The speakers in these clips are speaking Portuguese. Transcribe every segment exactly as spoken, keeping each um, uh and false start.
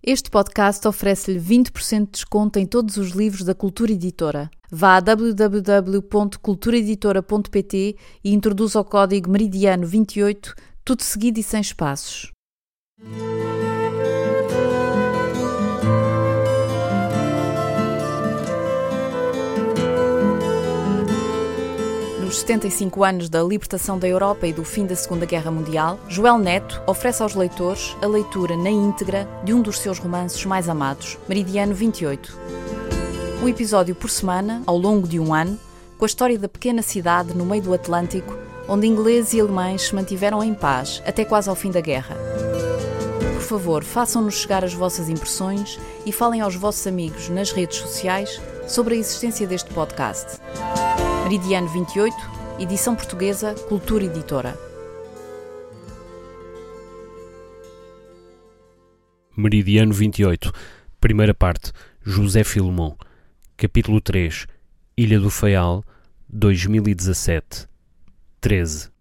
Este podcast oferece-lhe vinte por cento de desconto em todos os livros da Cultura Editora. Vá a w w w ponto cultura editora ponto p t e introduza o código meridiano vinte e oito, tudo seguido e sem espaços. Nos setenta e cinco anos da libertação da Europa e do fim da Segunda Guerra Mundial, Joel Neto oferece aos leitores a leitura na íntegra de um dos seus romances mais amados, Meridiano vinte e oito. Um episódio por semana, ao longo de um ano, com a história da pequena cidade no meio do Atlântico, onde ingleses e alemães se mantiveram em paz até quase ao fim da guerra. Por favor, façam-nos chegar as vossas impressões e falem aos vossos amigos nas redes sociais sobre a existência deste podcast. Meridiano vinte e oito, edição portuguesa, Cultura Editora. Meridiano vinte e oito, primeira parte, José Filmon, capítulo três, Ilha do Faial, dois mil e dezassete, treze.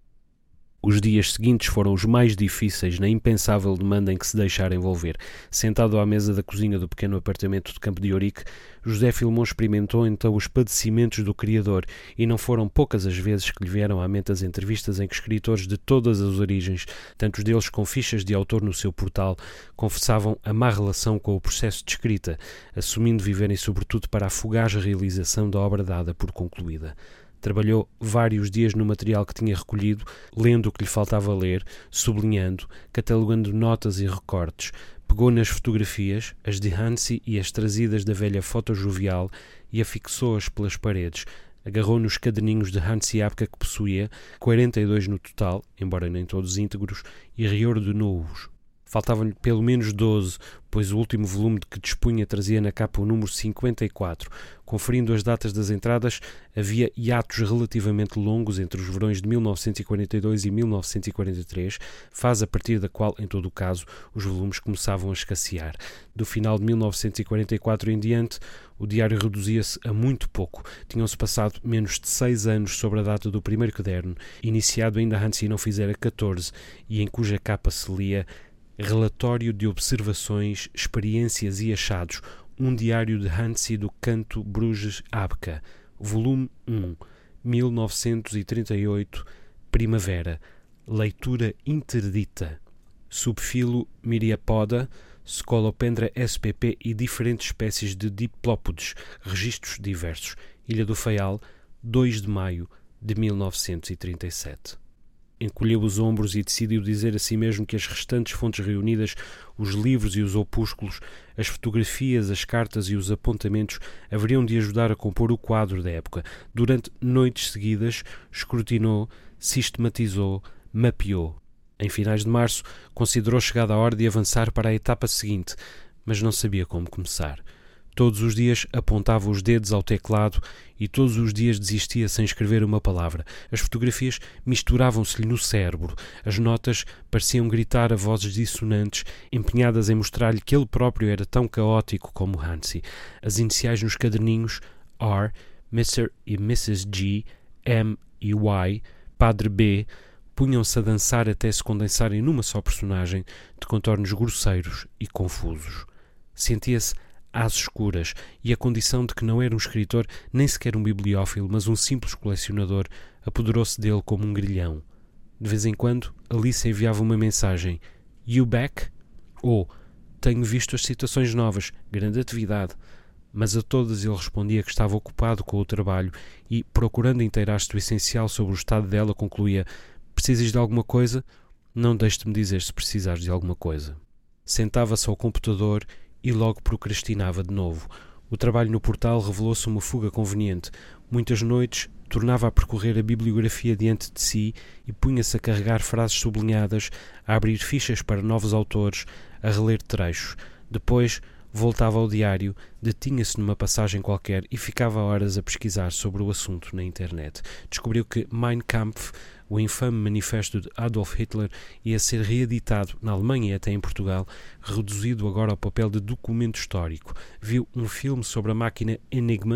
Os dias seguintes foram os mais difíceis na impensável demanda em que se deixara envolver. Sentado à mesa da cozinha do pequeno apartamento de Campo de Ourique, José Filmon experimentou então os padecimentos do criador, e não foram poucas as vezes que lhe vieram à mente as entrevistas em que escritores de todas as origens, tantos deles com fichas de autor no seu portal, confessavam a má relação com o processo de escrita, assumindo viverem sobretudo para a fugaz realização da obra dada por concluída. Trabalhou vários dias no material que tinha recolhido, lendo o que lhe faltava ler, sublinhando, catalogando notas e recortes. Pegou nas fotografias, as de Hansi e as trazidas da velha foto jovial, e afixou-as pelas paredes. Agarrou nos caderninhos de Hansi Apka que possuía, quarenta e dois no total, embora nem todos íntegros, e reordenou-os. Faltavam-lhe pelo menos doze, pois o último volume de que dispunha trazia na capa o número cinquenta e quatro. Conferindo as datas das entradas, havia hiatos relativamente longos entre os verões de mil novecentos e quarenta e dois e mil novecentos e quarenta e três, fase a partir da qual, em todo o caso, os volumes começavam a escassear. Do final de mil novecentos e quarenta e quatro em diante, o diário reduzia-se a muito pouco. Tinham-se passado menos de seis anos sobre a data do primeiro caderno, iniciado ainda Hansi não fizera catorze, e em cuja capa se lia Relatório de Observações, Experiências e Achados, um diário de Hansi do Canto Bruges Apka, volume um, mil novecentos e trinta e oito, Primavera, leitura interdita, subfilo Myriapoda, Scolopendra S P P e diferentes espécies de diplópodes, registros diversos, Ilha do Faial, dois de maio de mil novecentos e trinta e sete. Encolheu os ombros e decidiu dizer a si mesmo que as restantes fontes reunidas, os livros e os opúsculos, as fotografias, as cartas e os apontamentos, haveriam de ajudar a compor o quadro da época. Durante noites seguidas, escrutinou, sistematizou, mapeou. Em finais de março, considerou chegada a hora de avançar para a etapa seguinte, mas não sabia como começar. Todos os dias apontava os dedos ao teclado e todos os dias desistia sem escrever uma palavra. As fotografias misturavam-se-lhe no cérebro. As notas pareciam gritar a vozes dissonantes, empenhadas em mostrar-lhe que ele próprio era tão caótico como Hansi. As iniciais nos caderninhos, R, mister e missus G, M e Y, Padre B, punham-se a dançar até se condensarem numa só personagem, de contornos grosseiros e confusos. Sentia-se às escuras, e a condição de que não era um escritor, nem sequer um bibliófilo, mas um simples colecionador, apoderou-se dele como um grilhão. De vez em quando, Alice enviava uma mensagem: "You back?" Ou "Tenho visto as citações novas, grande atividade." Mas a todas ele respondia que estava ocupado com o trabalho e, procurando inteirar-se do essencial sobre o estado dela, concluía: "Precisas de alguma coisa? Não deixes-me dizer se precisares de alguma coisa." Sentava-se ao computador e logo procrastinava de novo. O trabalho no portal revelou-se uma fuga conveniente. Muitas noites tornava a percorrer a bibliografia diante de si e punha-se a carregar frases sublinhadas, a abrir fichas para novos autores, a reler trechos. Depois voltava ao diário, detinha-se numa passagem qualquer e ficava horas a pesquisar sobre o assunto na internet. Descobriu que Mein Kampf, o infame manifesto de Adolf Hitler, ia ser reeditado na Alemanha e até em Portugal, reduzido agora ao papel de documento histórico. Viu um filme sobre a máquina Enigma,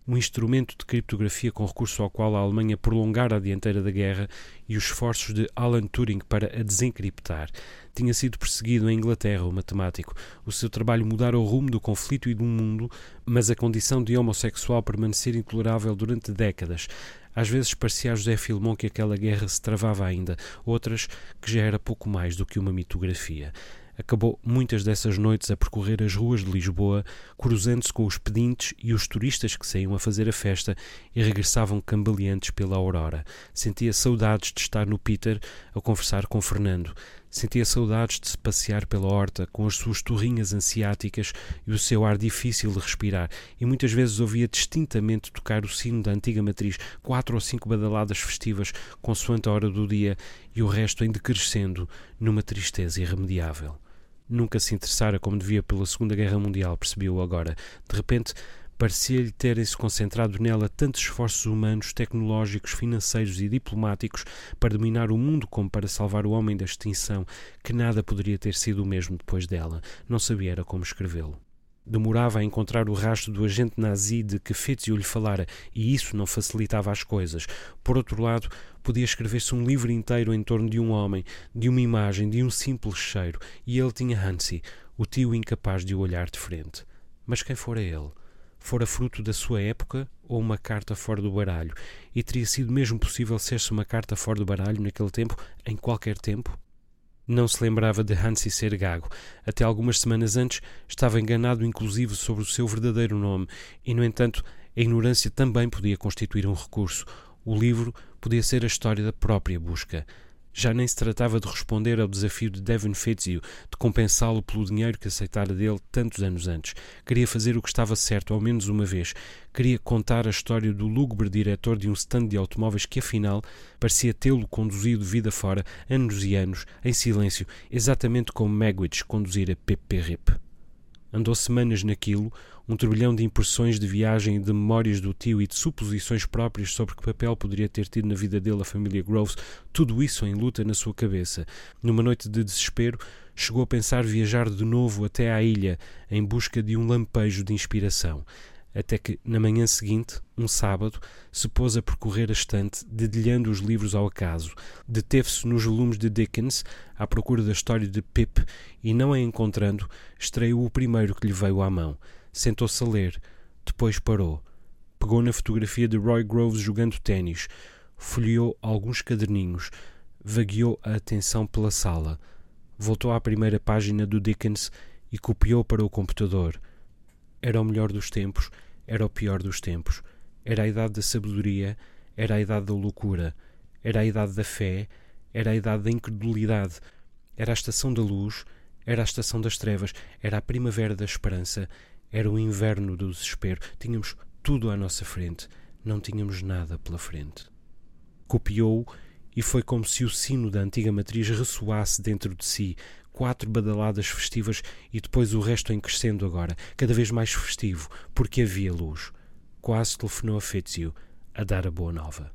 um instrumento de criptografia com recurso ao qual a Alemanha prolongara a dianteira da guerra e os esforços de Alan Turing para a desencriptar. Tinha sido perseguido em Inglaterra, o matemático. O seu trabalho mudara o rumo do conflito e do mundo, mas a condição de homossexual permanecera intolerável durante décadas. Às vezes parecia a José Filmon que aquela guerra se travava ainda, outras que já era pouco mais do que uma mitografia. Acabou muitas dessas noites a percorrer as ruas de Lisboa, cruzando-se com os pedintes e os turistas que saíam a fazer a festa e regressavam cambaleantes pela aurora. Sentia saudades de estar no Peter a conversar com Fernando. Sentia saudades de se passear pela horta com as suas torrinhas ansiáticas e o seu ar difícil de respirar, e muitas vezes ouvia distintamente tocar o sino da antiga matriz, quatro ou cinco badaladas festivas consoante a hora do dia, e o resto em decrescendo numa tristeza irremediável. Nunca se interessara como devia pela Segunda Guerra Mundial, percebeu agora. De repente, parecia-lhe terem-se concentrado nela tantos esforços humanos, tecnológicos, financeiros e diplomáticos para dominar o mundo como para salvar o homem da extinção, que nada poderia ter sido o mesmo depois dela. Não sabia era como escrevê-lo. Demorava a encontrar o rastro do agente nazi de que Fitzhugh lhe falara, e isso não facilitava as coisas. Por outro lado, podia escrever-se um livro inteiro em torno de um homem, de uma imagem, de um simples cheiro, e ele tinha Hansi, o tio incapaz de o olhar de frente. Mas quem fora ele? Fora fruto da sua época ou uma carta fora do baralho? E teria sido mesmo possível ser-se uma carta fora do baralho naquele tempo, em qualquer tempo? Não se lembrava de Hansi ser gago. Até algumas semanas antes estava enganado inclusive sobre o seu verdadeiro nome e, no entanto, a ignorância também podia constituir um recurso. O livro podia ser a história da própria busca. Já nem se tratava de responder ao desafio de Devin Fitzhugh, de compensá-lo pelo dinheiro que aceitara dele tantos anos antes. Queria fazer o que estava certo, ao menos uma vez. Queria contar a história do lúgubre diretor de um stand de automóveis que, afinal, parecia tê-lo conduzido vida fora, anos e anos, em silêncio, exatamente como Magwitch conduzira P P R I P. Andou semanas naquilo, um turbilhão de impressões de viagem e de memórias do tio e de suposições próprias sobre que papel poderia ter tido na vida dele a família Groves, tudo isso em luta na sua cabeça. Numa noite de desespero, chegou a pensar viajar de novo até à ilha, em busca de um lampejo de inspiração. Até que, na manhã seguinte, um sábado, se pôs a percorrer a estante, dedilhando os livros ao acaso. Deteve-se nos volumes de Dickens, à procura da história de Pip, e, não a encontrando, estreou o primeiro que lhe veio à mão. Sentou-se a ler. Depois parou. Pegou na fotografia de Roy Groves jogando ténis. Folheou alguns caderninhos. Vagueou a atenção pela sala. Voltou à primeira página do Dickens e copiou para o computador. Era o melhor dos tempos, era o pior dos tempos. Era a idade da sabedoria, era a idade da loucura. Era a idade da fé, era a idade da incredulidade. Era a estação da luz, era a estação das trevas. Era a primavera da esperança, era o inverno do desespero. Tínhamos tudo à nossa frente, não tínhamos nada pela frente. Copiou-o e foi como se o sino da antiga matriz ressoasse dentro de si. Quatro badaladas festivas e depois o resto em crescendo agora, cada vez mais festivo, porque havia luz. Quase telefonou a Fitzhugh a dar a boa nova.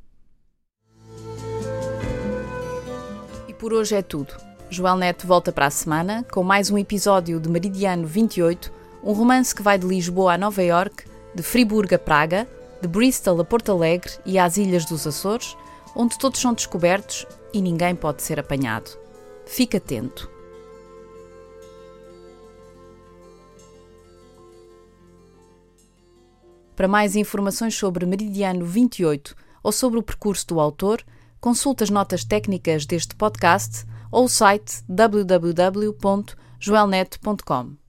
E por hoje é tudo. Joel Neto volta para a semana com mais um episódio de Meridiano vinte e oito, um romance que vai de Lisboa a Nova Iorque, de Friburgo a Praga, de Bristol a Porto Alegre e às Ilhas dos Açores, onde todos são descobertos e ninguém pode ser apanhado. Fique atento. Para mais informações sobre Meridiano vinte e oito ou sobre o percurso do autor, consulte as notas técnicas deste podcast ou o site w w w ponto joel neto ponto com.